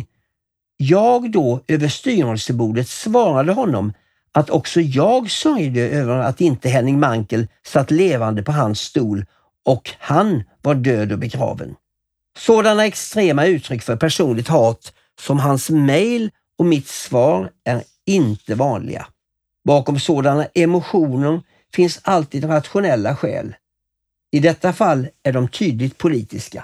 Jag då över styrelsebordet svarade honom att också jag sörjde över att inte Henning Mankell satt levande på hans stol och han var död och begraven. Sådana extrema uttryck för personligt hat som hans mejl och mitt svar är inte vanliga. Bakom sådana emotioner finns alltid rationella skäl. I detta fall är de tydligt politiska.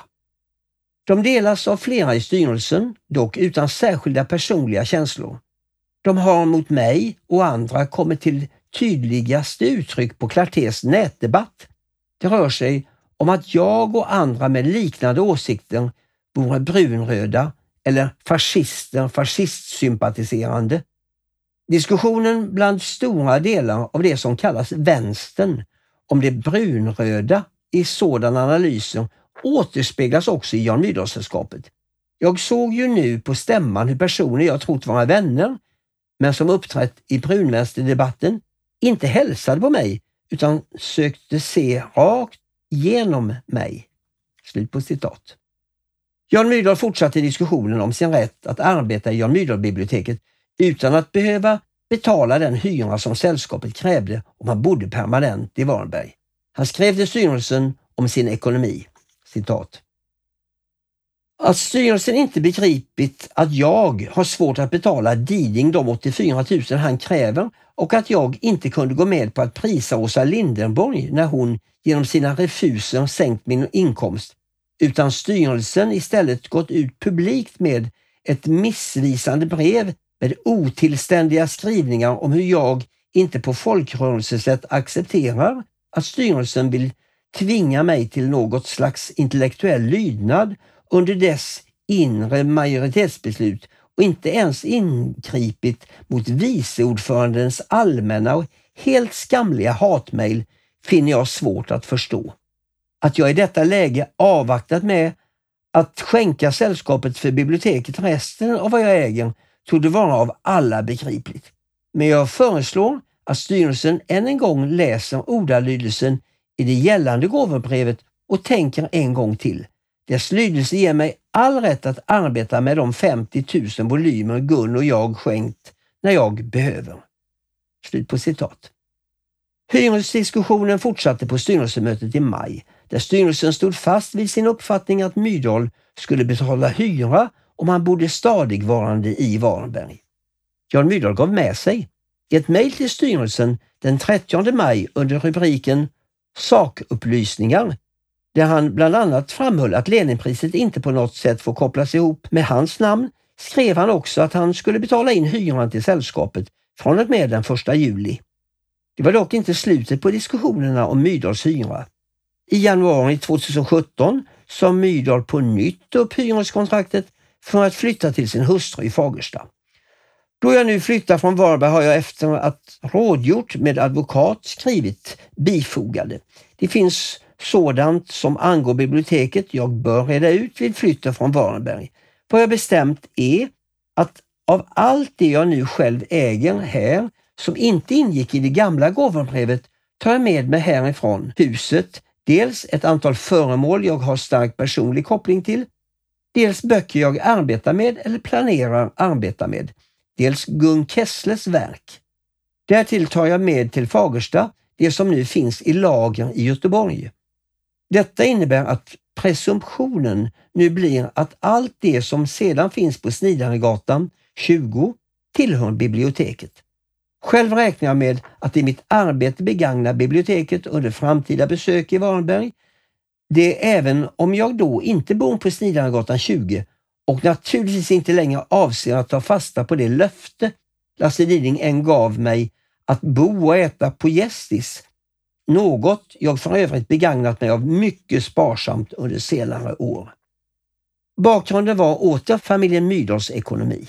De delas av flera i styrelsen, dock utan särskilda personliga känslor. De har mot mig och andra kommit till tydligaste uttryck på Clartés nätdebatt. Det rör sig om att jag och andra med liknande åsikter vore brunröda eller fascistsympatiserande. Diskussionen bland stora delar av det som kallas vänstern om det brunröda i sådana analyser återspeglas också i Jan Myrdal-sällskapet. Jag såg ju nu på stämman hur personer jag trott vara vänner men som uppträtt i brunvänsterdebatten inte hälsade på mig utan sökte se rakt genom mig. Slut på citat. Jan Myrdal fortsatte diskussionen om sin rätt att arbeta i Jan Myrdal-biblioteket utan att behöva betala den hyra som sällskapet krävde om han bodde permanent i Varberg. Han skrev till styrelsen om sin ekonomi. Citat: Att styrelsen inte begripit att jag har svårt att betala Diding de 84 000 han kräver och att jag inte kunde gå med på att prisa Åsa Lindenborg när hon genom sina refuser sänkt min inkomst, utan styrelsen istället gått ut publikt med ett missvisande brev med otillständiga skrivningar om hur jag inte på folkrörelsesätt accepterar att styrelsen vill tvinga mig till något slags intellektuell lydnad under dess inre majoritetsbeslut och inte ens ingripit mot viceordförandens allmänna och helt skamliga hatmejl finner jag svårt att förstå. Att jag i detta läge avvaktat med att skänka sällskapet för biblioteket resten av vad jag äger torde vara av alla begripligt. Men jag föreslår att styrelsen än en gång läser ordalydelsen i det gällande gåvobrevet och tänker en gång till. Dess lydelse ger mig all rätt att arbeta med de 50 000 volymer Gun och jag skänkt när jag behöver. Slut på citat. Hyresdiskussionen fortsatte på styrelsemötet i maj, där styrelsen stod fast vid sin uppfattning att Myrdal skulle betala hyra om han bodde stadigvarande i Varberg. Jan Myrdal gav med sig. I ett mejl till styrelsen den 30 maj under rubriken Sakupplysningar, där han bland annat framhöll att Leninpriset inte på något sätt får kopplas ihop med hans namn, skrev han också att han skulle betala in hyran till sällskapet från och med den 1 juli. Det var dock inte slutet på diskussionerna om Myrdals hyra. I januari 2017 sa Myrdal på nytt upp hyreskontraktet för att flytta till sin hustru i Fagersta. Då jag nu flyttar från Varberg har jag efter att rådgjort med advokat skrivit bifogade. Det finns sådant som angår biblioteket jag bör reda ut vid flytten från Varberg. Vad jag bestämt är att av allt det jag nu själv äger här som inte ingick i det gamla gåvobrevet tar jag med mig härifrån huset dels ett antal föremål jag har stark personlig koppling till, dels böcker jag arbetar med eller planerar arbeta med, dels Gun Kesslers verk. Därtill tar jag med till Fagersta det som nu finns i lager i Göteborg. Detta innebär att presumptionen nu blir att allt det som sedan finns på Snidaregatan 20 tillhör biblioteket. Själv räknar jag med att i mitt arbete begagna biblioteket under framtida besök i Varberg. Det även om jag då inte bor på Snidaregatan 20 och naturligtvis inte längre avser att ta fasta på det löfte Lasse Diding en gav mig att bo och äta på Gästis. Något jag för övrigt begagnat mig av mycket sparsamt under senare år. Bakgrunden var åter familjen Myrdals ekonomi.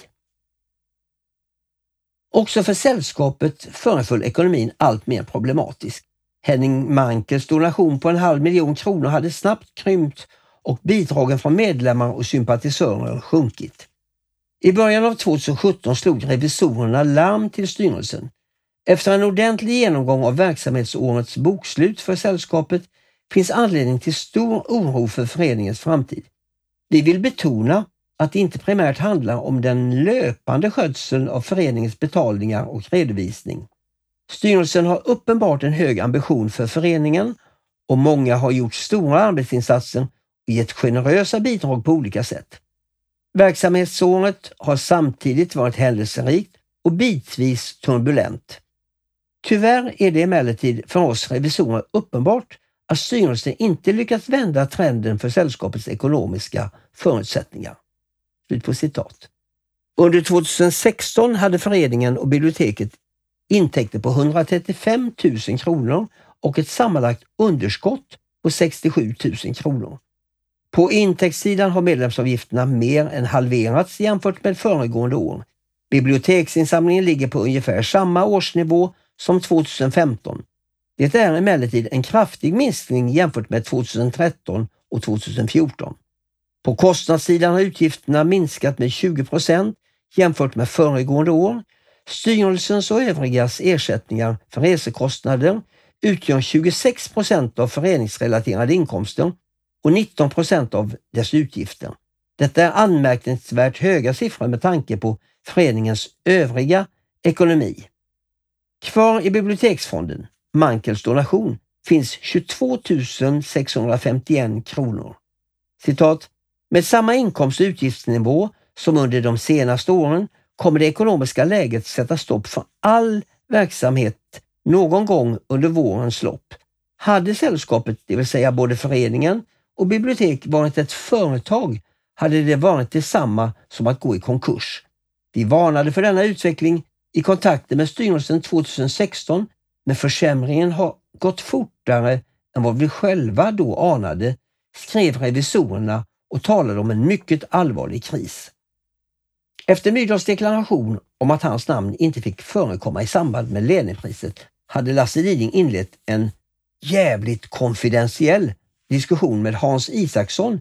Också för sällskapet föreföll ekonomin allt mer problematisk. Henning Mankels donation på 500 000 kronor hade snabbt krympt och bidragen från medlemmar och sympatisörer sjunkit. I början av 2017 slog revisorerna larm till styrelsen. Efter en ordentlig genomgång av verksamhetsårets bokslut för sällskapet finns anledning till stor oro för föreningens framtid. Vi vill betona att det inte primärt handlar om den löpande skötseln av föreningens betalningar och redovisning. Styrelsen har uppenbart en hög ambition för föreningen och många har gjort stora arbetsinsatser och gett generösa bidrag på olika sätt. Verksamhetsåret har samtidigt varit händelserikt och bitvis turbulent. Tyvärr är det emellertid för oss revisorer uppenbart att styrelsen inte lyckats vända trenden för sällskapets ekonomiska förutsättningar. Slut på citat. Under 2016 hade föreningen och biblioteket intäkter på 135 000 kronor och ett sammanlagt underskott på 67 000 kronor. På intäktssidan har medlemsavgifterna mer än halverats jämfört med föregående år. Biblioteksinsamlingen ligger på ungefär samma årsnivå som 2015. Det är emellertid en kraftig minskning jämfört med 2013 och 2014. På kostnadssidan har utgifterna minskat med 20% jämfört med föregående år. Styrelsens och övrigas ersättningar för resekostnader utgör 26% av föreningsrelaterade inkomster och 19% av dess utgifter. Detta är anmärkningsvärt höga siffror med tanke på föreningens övriga ekonomi. Kvar i biblioteksfonden, Mankels donation, finns 22 651 kronor. Citat: Med samma inkomst- och utgiftsnivå som under de senaste åren kommer det ekonomiska läget sätta stopp för all verksamhet någon gång under vårens lopp. Hade sällskapet, det vill säga både föreningen och bibliotek, varit ett företag hade det varit detsamma som att gå i konkurs. Vi varnade för denna utveckling i kontakter med styrelsen 2016, men försämringen har gått fortare än vad vi själva då anade, skrev revisorerna och talade om en mycket allvarlig kris. Efter Myrdals deklaration om att hans namn inte fick förekomma i samband med Leninpriset hade Lasse Diding inlett en jävligt konfidentiell diskussion med Hans Isaksson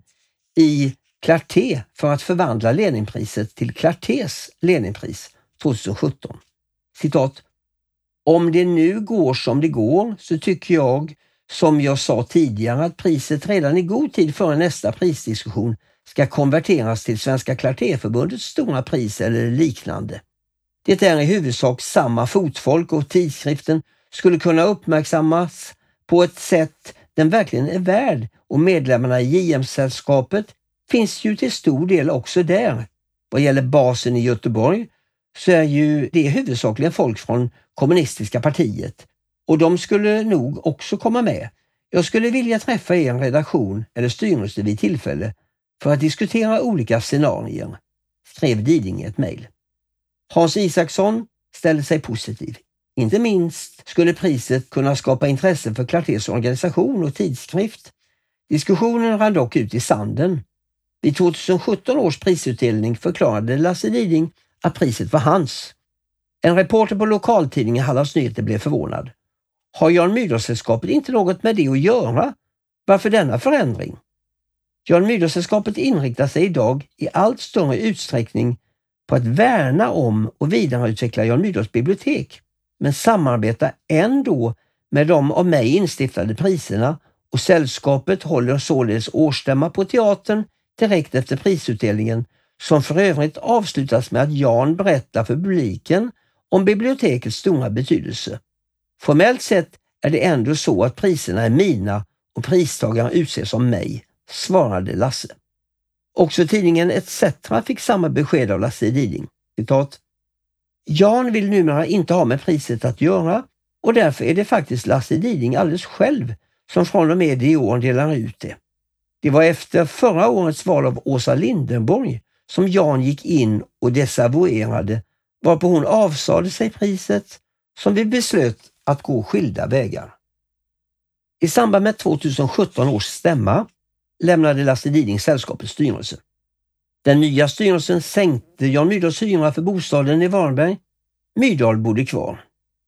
i Clarté för att förvandla Leninpriset till Clartés Leninpris 2017. Citat: "Om det nu går som det går så tycker jag, som jag sa tidigare, att priset redan i god tid före nästa prisdiskussion ska konverteras till Svenska Clartéförbundets stora pris eller liknande. Det är i huvudsak samma fotfolk och tidskriften skulle kunna uppmärksammas på ett sätt den verkligen är värd, och medlemmarna i JM-sällskapet finns ju till stor del också där. Vad gäller basen i Göteborg så är ju det huvudsakligen folk från kommunistiska partiet, och de skulle nog också komma med. Jag skulle vilja träffa er redaktion eller styrelse vid tillfälle för att diskutera olika scenarier", skrev Diding i ett mejl. Hans Isaksson ställde sig positiv. Inte minst skulle priset kunna skapa intresse för Clartés organisation och tidskrift. Diskussionen rann dock ut i sanden. Vid 2017 års prisutdelning förklarade Lasse Diding att priset var hans. En reporter på lokaltidningen Hallands Nyheter blev förvånad. Har Jan Myrdal-sällskapet inte något med det att göra? Varför denna förändring? Jan Myrdal-sällskapet inriktar sig idag i allt större utsträckning på att värna om och vidareutveckla Jan Myrdals bibliotek, men samarbetar ändå med de av mig instiftade priserna, och sällskapet håller således årsstämma på teatern direkt efter prisutdelningen, som för övrigt avslutas med att Jan berättar för publiken om bibliotekets stora betydelse. Formellt sett är det ändå så att priserna är mina och pristagaren utses av mig, svarade Lasse. Också tidningen ETC fick samma besked av Lasse Diding. Citat: "Jan vill numera inte ha med priset att göra, och därför är det faktiskt Lasse Diding alldeles själv som från och med i år delar ut det. Det var efter förra årets val av Åsa Lindenborg som Jan gick in och desavouerade, varpå hon avsade sig priset, som vi beslöt att gå skilda vägar." I samband med 2017 års stämma lämnade Lasse Diding sällskapets styrelse. Den nya styrelsen sänkte Jan Myrdals hyra för bostaden i Varberg. Myrdal bodde kvar.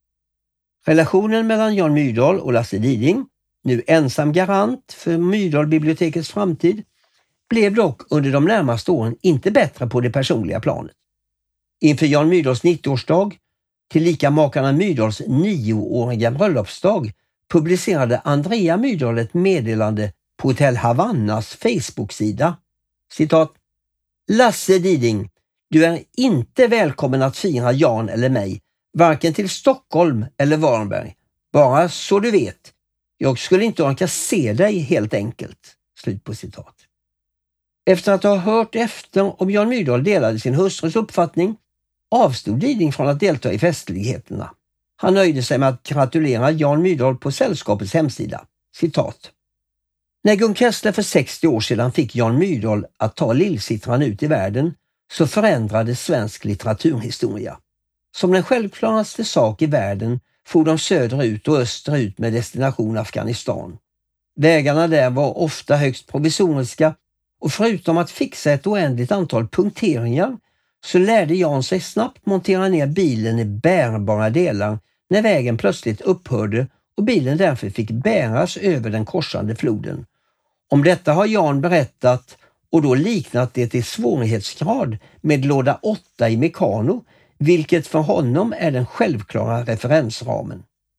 Relationen mellan Jan Myrdal och Lasse Diding, nu ensam garant för Myrdal-bibliotekets framtid, blev dock under de närmaste åren inte bättre på det personliga planet. Inför Jan Myrdals 90-årsdag, tillika makarna Myrdals 9-åriga bröllopsdag, publicerade Andrea Myrdal ett meddelande på Hotell Havannas Facebook-sida. Citat: "Lasse Diding, du är inte välkommen att fira Jan eller mig, varken till Stockholm eller Varberg. Bara så du vet. Jag skulle inte orka se dig helt enkelt." Slut på citat. Efter att ha hört efter om Jan Myrdal delade sin hustrus uppfattning avstod Diding från att delta i festligheterna. Han nöjde sig med att gratulera Jan Myrdal på sällskapets hemsida. Citat: "När Gun Kessler för 60 år sedan fick Jan Myrdal att ta Lillsittran ut i världen så förändrades svensk litteraturhistoria. Som den självklaraste sak i världen for de söderut och österut med destination Afghanistan. Vägarna där var ofta högst provisoriska, och förutom att fixa ett oändligt antal punkteringar så lärde Jan sig snabbt montera ner bilen i bärbara delar när vägen plötsligt upphörde och bilen därför fick bäras över den korsande floden. Om detta har Jan berättat och då liknat det i svårighetsgrad med låda 8 i Meccano, vilket för honom är den självklara referensramen.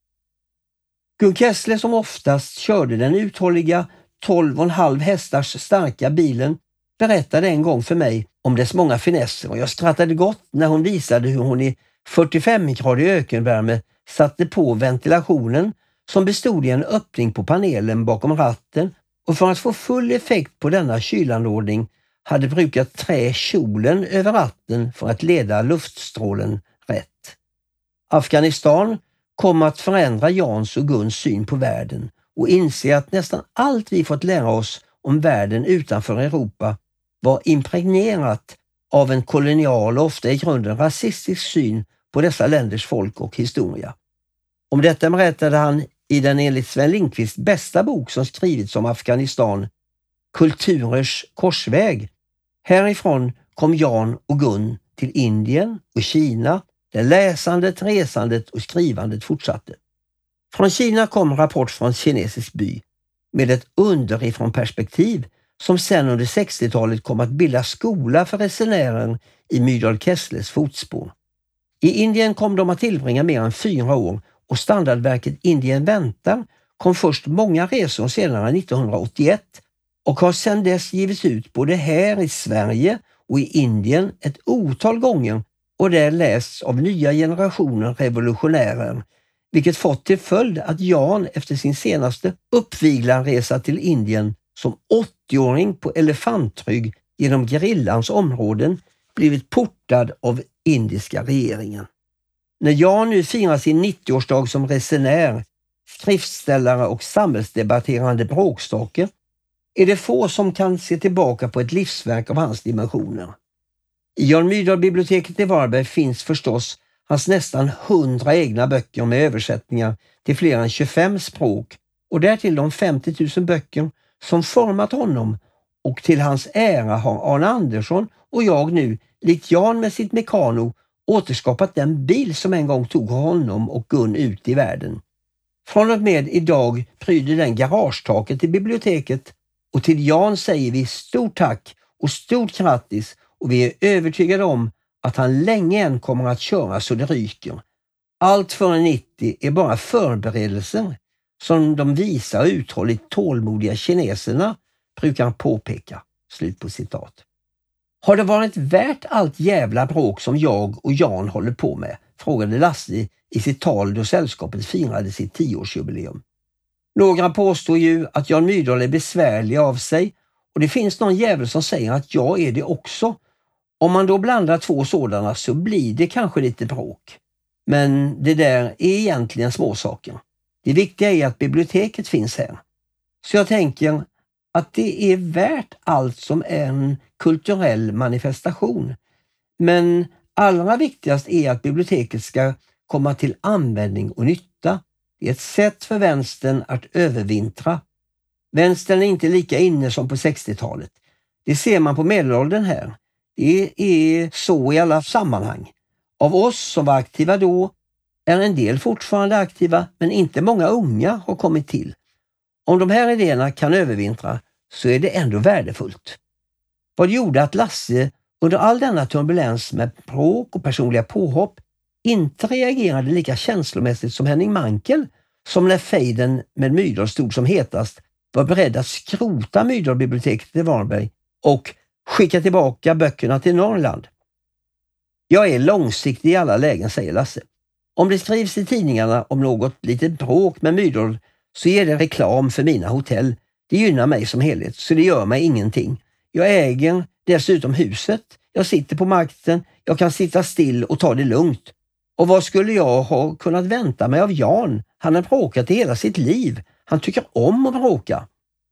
Gun Kessler, som oftast körde den uthålliga 12,5 hästars starka bilen, berättade en gång för mig om dess många finesser, och jag skrattade gott när hon visade hur hon i 45-gradig ökenvärme satte på ventilationen som bestod i en öppning på panelen bakom ratten, och för att få full effekt på denna kylanordning hade brukat trä kjolen över ratten för att leda luftstrålen rätt. Afghanistan kom att förändra Jans och Guns syn på världen och inse att nästan allt vi fått lära oss om världen utanför Europa var impregnerat av en kolonial och ofta i grunden rasistisk syn på dessa länders folk och historia. Om detta berättade han i den enligt Sven Lindqvist bästa bok som skrivits om Afghanistan, Kulturers korsväg. Härifrån kom Jan och Gun till Indien och Kina, där läsandet, resandet och skrivandet fortsatte. Från Kina kom rapport från kinesisk by med ett underifrån perspektiv som sedan under 60-talet kom att bilda skola för resenären i Myrdal Kesslers fotspår. I Indien kom de att tillbringa mer än 4 år och standardverket Indien väntar kom först många resor senare 1981 och har sedan dess givits ut både här i Sverige och i Indien ett otal gånger och där lästs av nya generationer revolutionärer, vilket fått till följd att Jan efter sin senaste uppviglarresa till Indien som 80-åring på elefantrygg genom gerillans områden blivit portad av indiska regeringen. När Jan nu firar sin 90-årsdag som resenär, skriftställare och samhällsdebatterande bråkstake är det få som kan se tillbaka på ett livsverk av hans dimensioner. I Jan Myrdal-biblioteket i Varberg finns förstås hans nästan 100 egna böcker med översättningar till fler än 25 språk och därtill de 50 000 böcker som format honom, och till hans ära har Arne Andersson och jag nu, likt Jan med sitt Mekano, återskapat den bil som en gång tog honom och Gun ut i världen. Från och med idag pryder den garagetaket i biblioteket och till Jan säger vi stort tack och stort grattis och vi är övertygade om att han länge än kommer att köra så det ryker. Allt före 90 är bara förberedelser som de visa och uthålligt tålmodiga kineserna brukar påpeka. Slut på citat. Har det varit värt allt jävla bråk som jag och Jan håller på med? Frågade Lasse i sitt tal då sällskapet firade sitt 10-årsjubileum. Några påstår ju att Jan Myrdal är besvärlig av sig och det finns någon jävel som säger att jag är det också. Om man då blandar 2 sådana så blir det kanske lite bråk. Men det där är egentligen småsaker. Det viktiga är att biblioteket finns här. Så jag tänker att det är värt allt som är en kulturell manifestation. Men allra viktigast är att biblioteket ska komma till användning och nytta. Det är ett sätt för vänstern att övervintra. Vänstern är inte lika inne som på 60-talet. Det ser man på medelåldern här. Det är så i alla sammanhang. Av oss som var aktiva då är en del fortfarande aktiva, men inte många unga har kommit till. Om de här idéerna kan övervintra så är det ändå värdefullt. Vad gjorde att Lasse under all denna turbulens med bråk och personliga påhopp inte reagerade lika känslomässigt som Henning Mankell, som när fejden med Myrdal stod som hetast var beredd att skrota Myrdal-biblioteket i Varberg och skicka tillbaka böckerna till Norrland? Jag är långsiktig i alla lägen, säger Lasse. Om det skrivs i tidningarna om något litet bråk med Myrdal så ger det reklam för mina hotell. Det gynnar mig som helhet, så det gör mig ingenting. Jag äger dessutom huset, jag sitter på makten, jag kan sitta still och ta det lugnt. Och vad skulle jag ha kunnat vänta mig av Jan? Han har bråkat i hela sitt liv. Han tycker om att bråka.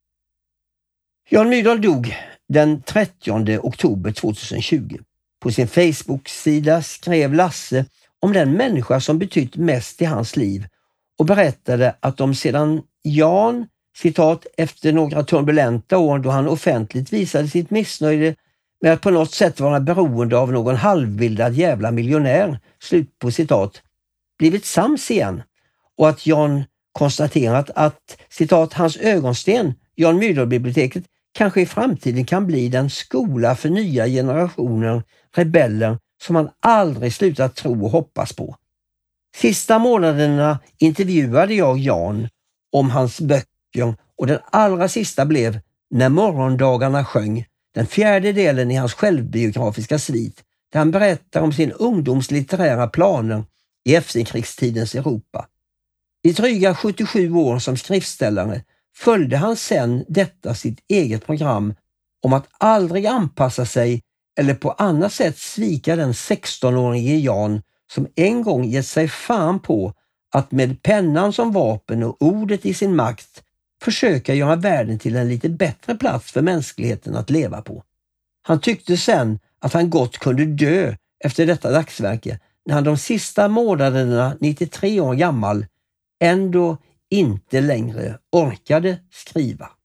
Jan Myrdal dog den 30 oktober 2020. På sin Facebook-sida skrev Lasse om den människa som betytt mest i hans liv och berättade att de sedan Jan, citat, efter några turbulenta år då han offentligt visade sitt missnöje med att på något sätt vara beroende av någon halvbildad jävla miljonär, slut på citat, blivit sams igen, och att Jan konstaterat att, citat, hans ögonsten, Jan Myrdal-biblioteket, kanske i framtiden kan bli den skola för nya generationer rebeller som man aldrig slutat tro och hoppas på. Sista månaderna intervjuade jag Jan om hans böcker och den allra sista blev När morgondagarna sjöng, den 4:e delen i hans självbiografiska svit, där han berättar om sin ungdomslitterära planer i efterkrigstidens Europa. I dryga 77 år som skriftställare följde han sen detta sitt eget program om att aldrig anpassa sig eller på annat sätt svika den 16-årige Jan som en gång gett sig fan på att med pennan som vapen och ordet i sin makt försöka göra världen till en lite bättre plats för mänskligheten att leva på. Han tyckte sen att han gott kunde dö efter detta dagsverke när han de sista månaderna 93 år gammal ändå inte längre orkade skriva.